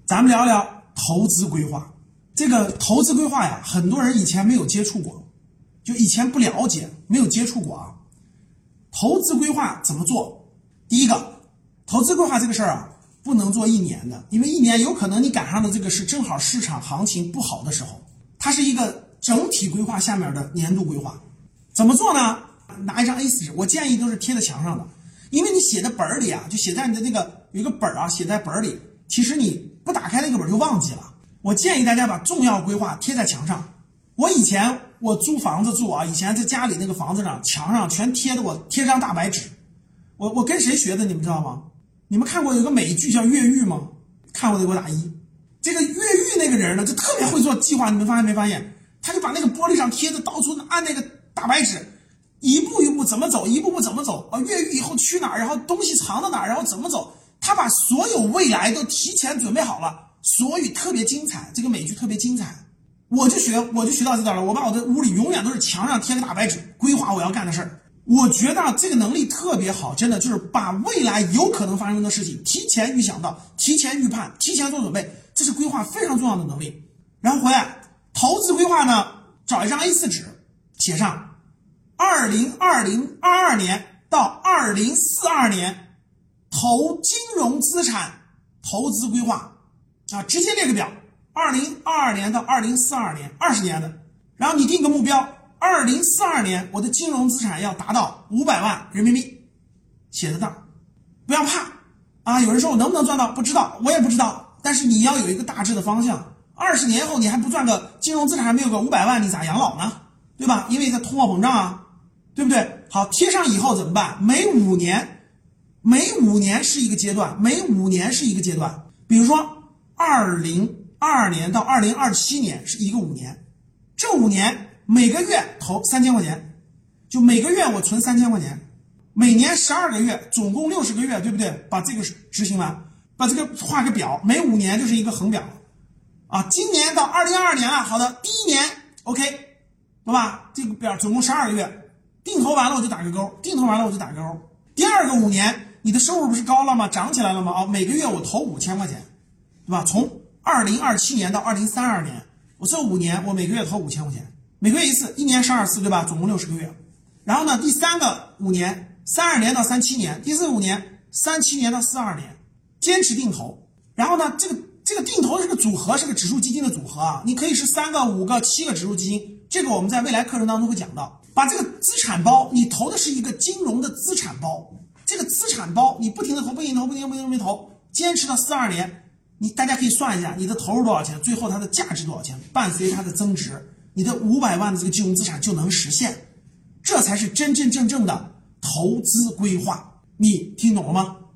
咱们聊聊投资规划。这个投资规划呀，很多人以前没有接触过，就以前不了解，没有接触过啊。投资规划怎么做？第一个，投资规划这个事儿啊，不能做1年的，因为1年有可能你赶上的这个是正好市场行情不好的时候，它是一个整体规划下面的年度规划。怎么做呢？拿一张 A4 纸，我建议都是贴在墙上的，因为你写的本里啊，就写在你的那个有一个本啊，写在本里，其实你不打开那个本就忘记了。我建议大家把重要规划贴在墙上。以前我租房子住啊，以前在家里那个房子上墙上全贴着我贴张大白纸。我跟谁学的你们知道吗？你们看过有个美剧叫《越狱》吗？看过的给我打1。这个越狱那个人呢，就特别会做计划，你们发现没发现？他就把那个玻璃上贴的到处按那个大白纸，一步一步怎么走，一步步怎么走啊？越狱以后去哪儿，然后东西藏到哪儿，然后怎么走？他把所有未来都提前准备好了。所以特别精彩，这个美剧特别精彩，我就学到这点了。我把我的屋里永远都是墙上贴个大白纸，规划我要干的事儿。我觉得这个能力特别好，真的就是把未来有可能发生的事情提前预想到，提前预判，提前做准备，这是规划非常重要的能力。然后回来投资规划呢，找一张 A4 纸，写上2022年到2042年投金融资产投资规划。直接列个表，2022年到2042年，20年的，然后你定个目标，2042年我的金融资产要达到500万人民币，写在那儿，不要怕啊！有人说我能不能赚到？不知道，我也不知道，但是你要有一个大致的方向。20年后你还不赚个金融资产还没有个500万，你咋养老呢？对吧？因为它通货膨胀啊，对不对？好，贴上以后怎么办？每5年是一个阶段，比如说2022年到2027年是一个5年，这5年每个月投3000块钱，就每个月我存3000块钱，每年12个月，总共60个月，对不对？把这个执行完，把这个画个表，每5年就是一个横表啊。今年到2022年了，好的，第1年 OK， 对吧？这个表总共12个月，定投完了我就打个勾，第二个5年，你的收入不是高了吗？涨起来了吗？每个月我投5000块钱。对吧？从2027年到2032年，我这5年我每个月投5000块钱，每个月一次，1年12次，对吧？总共60个月。然后呢，第3个5年，32年到37年，第4个5年，37年到42年，坚持定投。然后呢，这个定投是个组合，是个指数基金的组合啊，你可以是3个、5个、7个指数基金，这个我们在未来课程当中会讲到。把这个资产包，你投的是一个金融的资产包，这个资产包你不停的投，坚持到42年。大家可以算一下你的投入多少钱，最后它的价值多少钱，伴随它的增值，你的500万的这个金融资产就能实现，这才是真真正正的投资规划。你听懂了吗？